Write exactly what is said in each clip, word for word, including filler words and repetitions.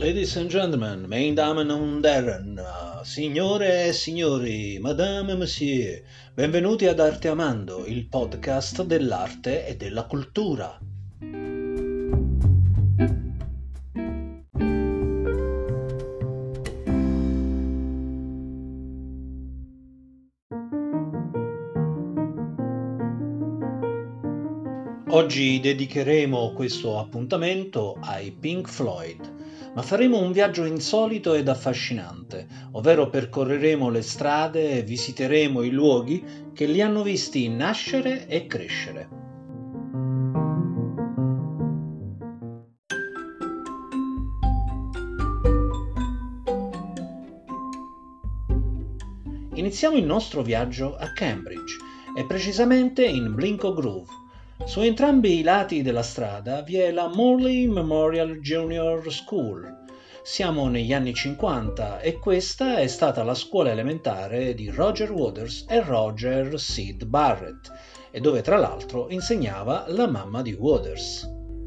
Ladies and gentlemen, meine Damen und Herren, uh, signore e signori, madame e monsieur, benvenuti ad Arte Amando, il podcast dell'arte e della cultura. Oggi dedicheremo questo appuntamento ai Pink Floyd, ma faremo un viaggio insolito ed affascinante, ovvero percorreremo le strade e visiteremo i luoghi che li hanno visti nascere e crescere. Iniziamo il nostro viaggio a Cambridge e precisamente in Blinko Grove. Su entrambi i lati della strada vi è la Morley Memorial Junior School. Siamo negli anni cinquanta e questa è stata la scuola elementare di Roger Waters e Roger Sid Barrett, e dove tra l'altro insegnava la mamma di Waters.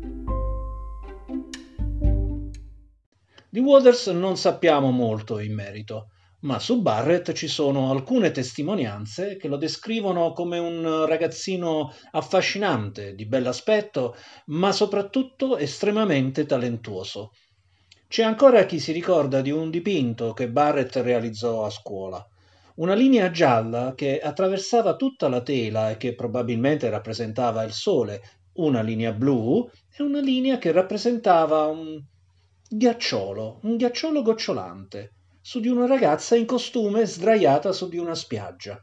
Di Waters non sappiamo molto in merito, ma su Barrett ci sono alcune testimonianze che lo descrivono come un ragazzino affascinante, di bell'aspetto, ma soprattutto estremamente talentuoso. C'è ancora chi si ricorda di un dipinto che Barrett realizzò a scuola. Una linea gialla che attraversava tutta la tela e che probabilmente rappresentava il sole, una linea blu e una linea che rappresentava un ghiacciolo, un ghiacciolo gocciolante su di una ragazza in costume sdraiata su di una spiaggia.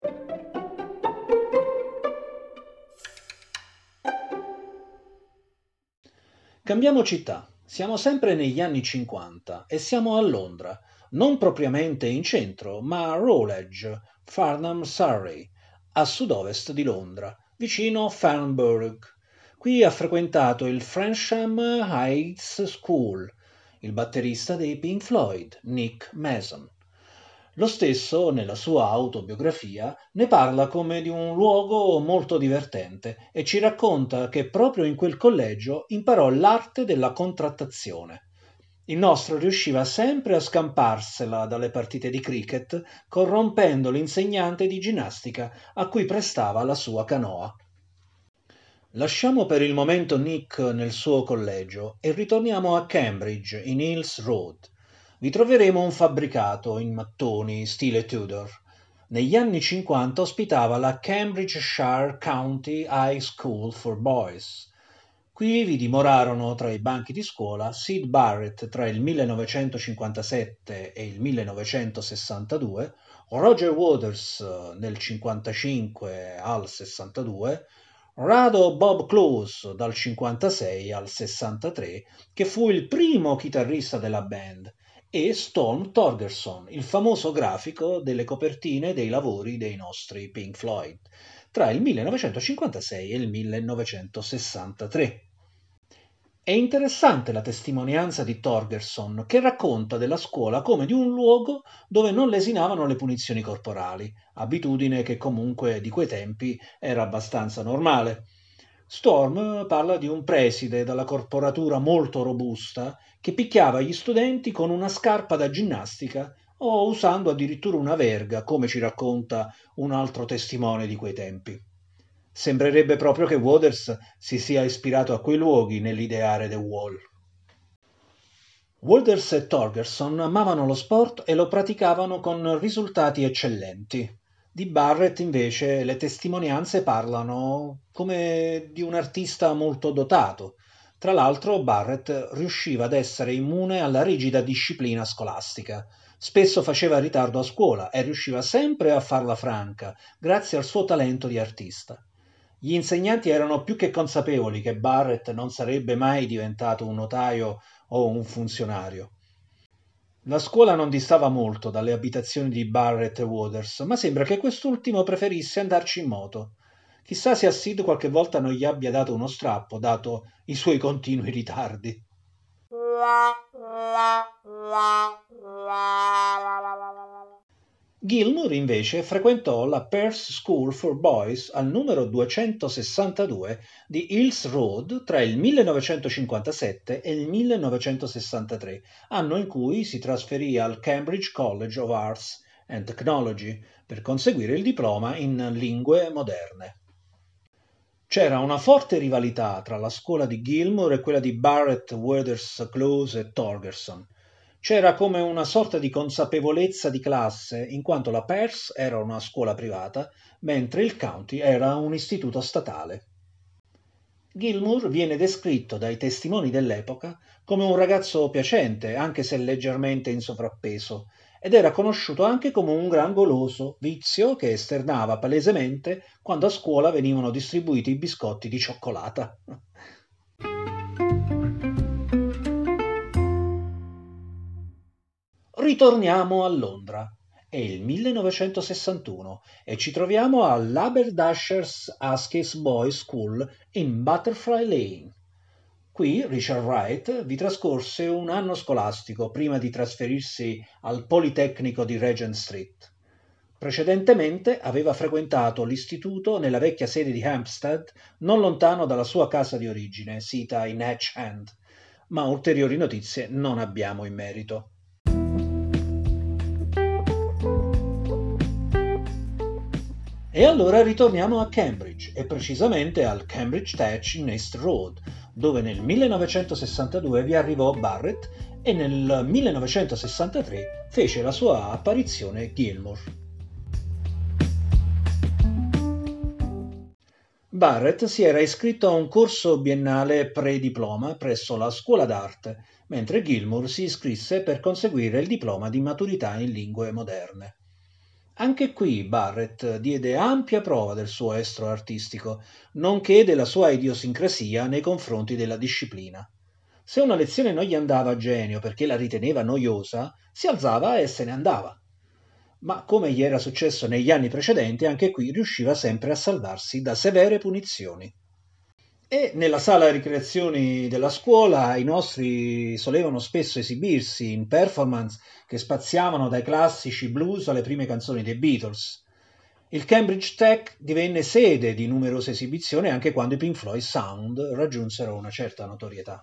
Cambiamo città. Siamo sempre negli anni cinquanta e siamo a Londra, non propriamente in centro, ma a Rowledge, Farnham, Surrey, a sud-ovest di Londra, vicino Farnborough. Qui ha frequentato il Frensham Heights School, il batterista dei Pink Floyd, Nick Mason. Lo stesso, nella sua autobiografia, ne parla come di un luogo molto divertente e ci racconta che proprio in quel collegio imparò l'arte della contrattazione. Il nostro riusciva sempre a scamparsela dalle partite di cricket, corrompendo l'insegnante di ginnastica a cui prestava la sua canoa. Lasciamo per il momento Nick nel suo collegio e ritorniamo a Cambridge, in Hills Road. Vi troveremo un fabbricato in mattoni stile Tudor. Negli anni cinquanta ospitava la Cambridgeshire County High School for Boys. Qui vi dimorarono tra i banchi di scuola Sid Barrett tra il millenovecentocinquantasette e il millenovecentosessantadue, Roger Waters nel cinquantacinque al sessantadue, Rado Bob Close dal cinquantasei al sessantatré, che fu il primo chitarrista della band, e Storm Thorgerson, il famoso grafico delle copertine dei lavori dei nostri Pink Floyd, tra il millenovecentocinquantasei e il millenovecentosessantatré. È interessante la testimonianza di Thorgerson, che racconta della scuola come di un luogo dove non lesinavano le punizioni corporali, abitudine che comunque di quei tempi era abbastanza normale. Storm parla di un preside dalla corporatura molto robusta che picchiava gli studenti con una scarpa da ginnastica o usando addirittura una verga, come ci racconta un altro testimone di quei tempi. Sembrerebbe proprio che Waters si sia ispirato a quei luoghi nell'ideare The Wall. Waters e Thorgerson amavano lo sport e lo praticavano con risultati eccellenti. Di Barrett invece le testimonianze parlano come di un artista molto dotato. Tra l'altro Barrett riusciva ad essere immune alla rigida disciplina scolastica. Spesso faceva ritardo a scuola e riusciva sempre a farla franca, grazie al suo talento di artista. Gli insegnanti erano più che consapevoli che Barrett non sarebbe mai diventato un notaio o un funzionario. La scuola non distava molto dalle abitazioni di Barrett e Waters, ma sembra che quest'ultimo preferisse andarci in moto. Chissà se a Sid qualche volta non gli abbia dato uno strappo, dato i suoi continui ritardi. Gilmour invece frequentò la Perse School for Boys al numero duecentosessantadue di Hills Road tra il millenovecentocinquantasette e il millenovecentosessantatré, anno in cui si trasferì al Cambridge College of Arts and Technology per conseguire il diploma in lingue moderne. C'era una forte rivalità tra la scuola di Gilmour e quella di Barrett, Waters, Close e Torgerson. C'era come una sorta di consapevolezza di classe, in quanto la Perse era una scuola privata, mentre il County era un istituto statale. Gilmour viene descritto dai testimoni dell'epoca come un ragazzo piacente, anche se leggermente in sovrappeso, ed era conosciuto anche come un gran goloso, vizio che esternava palesemente quando a scuola venivano distribuiti i biscotti di cioccolata. Ritorniamo a Londra. È il millenovecentosessantuno e ci troviamo all'Haberdashers Aske's Boys' School in Butterfly Lane. Qui Richard Wright vi trascorse un anno scolastico prima di trasferirsi al Politecnico di Regent Street. Precedentemente aveva frequentato l'istituto nella vecchia sede di Hampstead, non lontano dalla sua casa di origine, sita in Hatch End, ma ulteriori notizie non abbiamo in merito. E allora ritorniamo a Cambridge, e precisamente al Cambridge Tech in East Road, dove nel millenovecentosessantadue vi arrivò Barrett e nel millenovecentosessantatré fece la sua apparizione Gilmour. Barrett si era iscritto a un corso biennale pre-diploma presso la scuola d'arte, mentre Gilmour si iscrisse per conseguire il diploma di maturità in lingue moderne. Anche qui Barrett diede ampia prova del suo estro artistico, nonché della sua idiosincrasia nei confronti della disciplina. Se una lezione non gli andava a genio perché la riteneva noiosa, si alzava e se ne andava. Ma come gli era successo negli anni precedenti, anche qui riusciva sempre a salvarsi da severe punizioni. E nella sala ricreazioni della scuola i nostri solevano spesso esibirsi in performance che spaziavano dai classici blues alle prime canzoni dei Beatles. Il Cambridge Tech divenne sede di numerose esibizioni anche quando i Pink Floyd Sound raggiunsero una certa notorietà.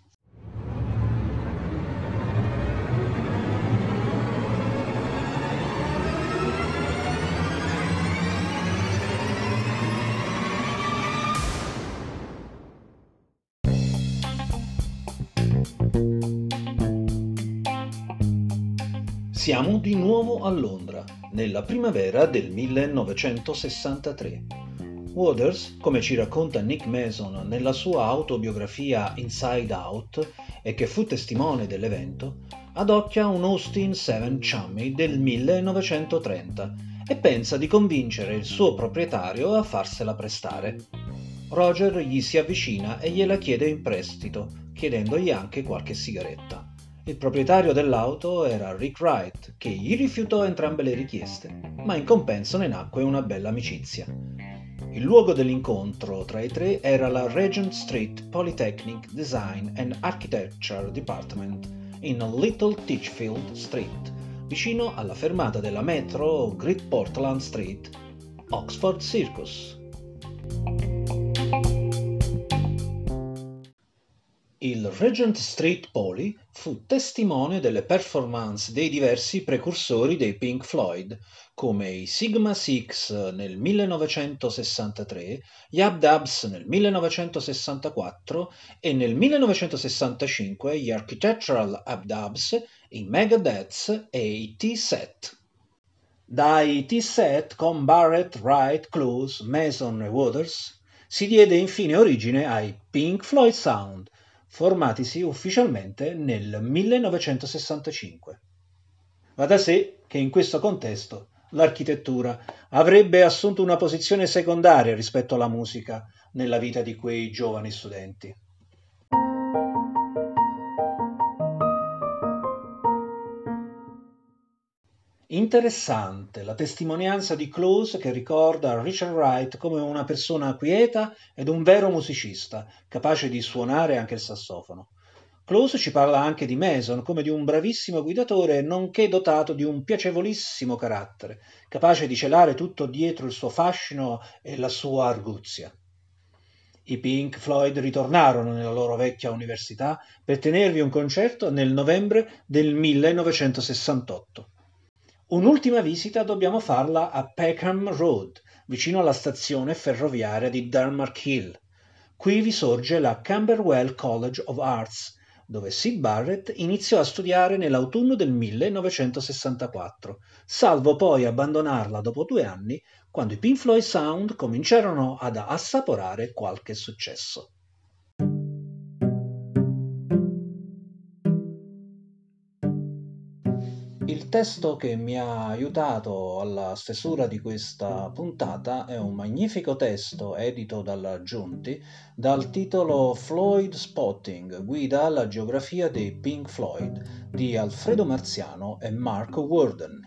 Siamo di nuovo a Londra, nella primavera del millenovecentosessantatré. Waters, come ci racconta Nick Mason nella sua autobiografia Inside Out, e che fu testimone dell'evento, adocchia un Austin sette Chummy del millenovecentotrenta e pensa di convincere il suo proprietario a farsela prestare. Roger gli si avvicina e gliela chiede in prestito, chiedendogli anche qualche sigaretta. Il proprietario dell'auto era Rick Wright, che gli rifiutò entrambe le richieste, ma in compenso ne nacque una bella amicizia. Il luogo dell'incontro tra i tre era la Regent Street Polytechnic Design and Architecture Department in Little Titchfield Street, vicino alla fermata della metro Great Portland Street, Oxford Circus. Il Regent Street Poly fu testimone delle performance dei diversi precursori dei Pink Floyd, come i Sigma Six nel millenovecentosessantatré, gli Ab-Dubs nel millenovecentosessantaquattro e nel millenovecentosessantacinque gli Architectural Ab-Dubs, i Megadeths e i T-Set. Dai T-Set con Barrett, Wright, Close, Mason e Waters si diede infine origine ai Pink Floyd Sound, formatisi ufficialmente nel millenovecentosessantacinque. Va da sé che in questo contesto l'architettura avrebbe assunto una posizione secondaria rispetto alla musica nella vita di quei giovani studenti. Interessante la testimonianza di Close che ricorda Richard Wright come una persona quieta ed un vero musicista, capace di suonare anche il sassofono. Close ci parla anche di Mason come di un bravissimo guidatore nonché dotato di un piacevolissimo carattere, capace di celare tutto dietro il suo fascino e la sua arguzia. I Pink Floyd ritornarono nella loro vecchia università per tenervi un concerto nel novembre del millenovecentosessantotto. Un'ultima visita dobbiamo farla a Peckham Road, vicino alla stazione ferroviaria di Denmark Hill. Qui vi sorge la Camberwell College of Arts, dove Syd Barrett iniziò a studiare nell'autunno del millenovecentosessantaquattro, salvo poi abbandonarla dopo due anni, quando i Pink Floyd Sound cominciarono ad assaporare qualche successo. Il testo che mi ha aiutato alla stesura di questa puntata è un magnifico testo edito dalla Giunti dal titolo Floyd Spotting, guida alla geografia dei Pink Floyd di Alfredo Marziano e Mark Worden.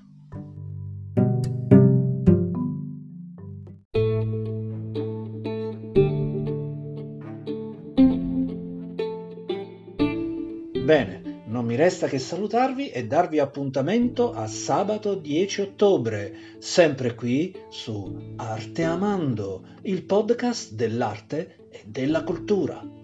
Bene, non mi resta che salutarvi e darvi appuntamento a sabato dieci ottobre, sempre qui su Arte Amando, il podcast dell'arte e della cultura.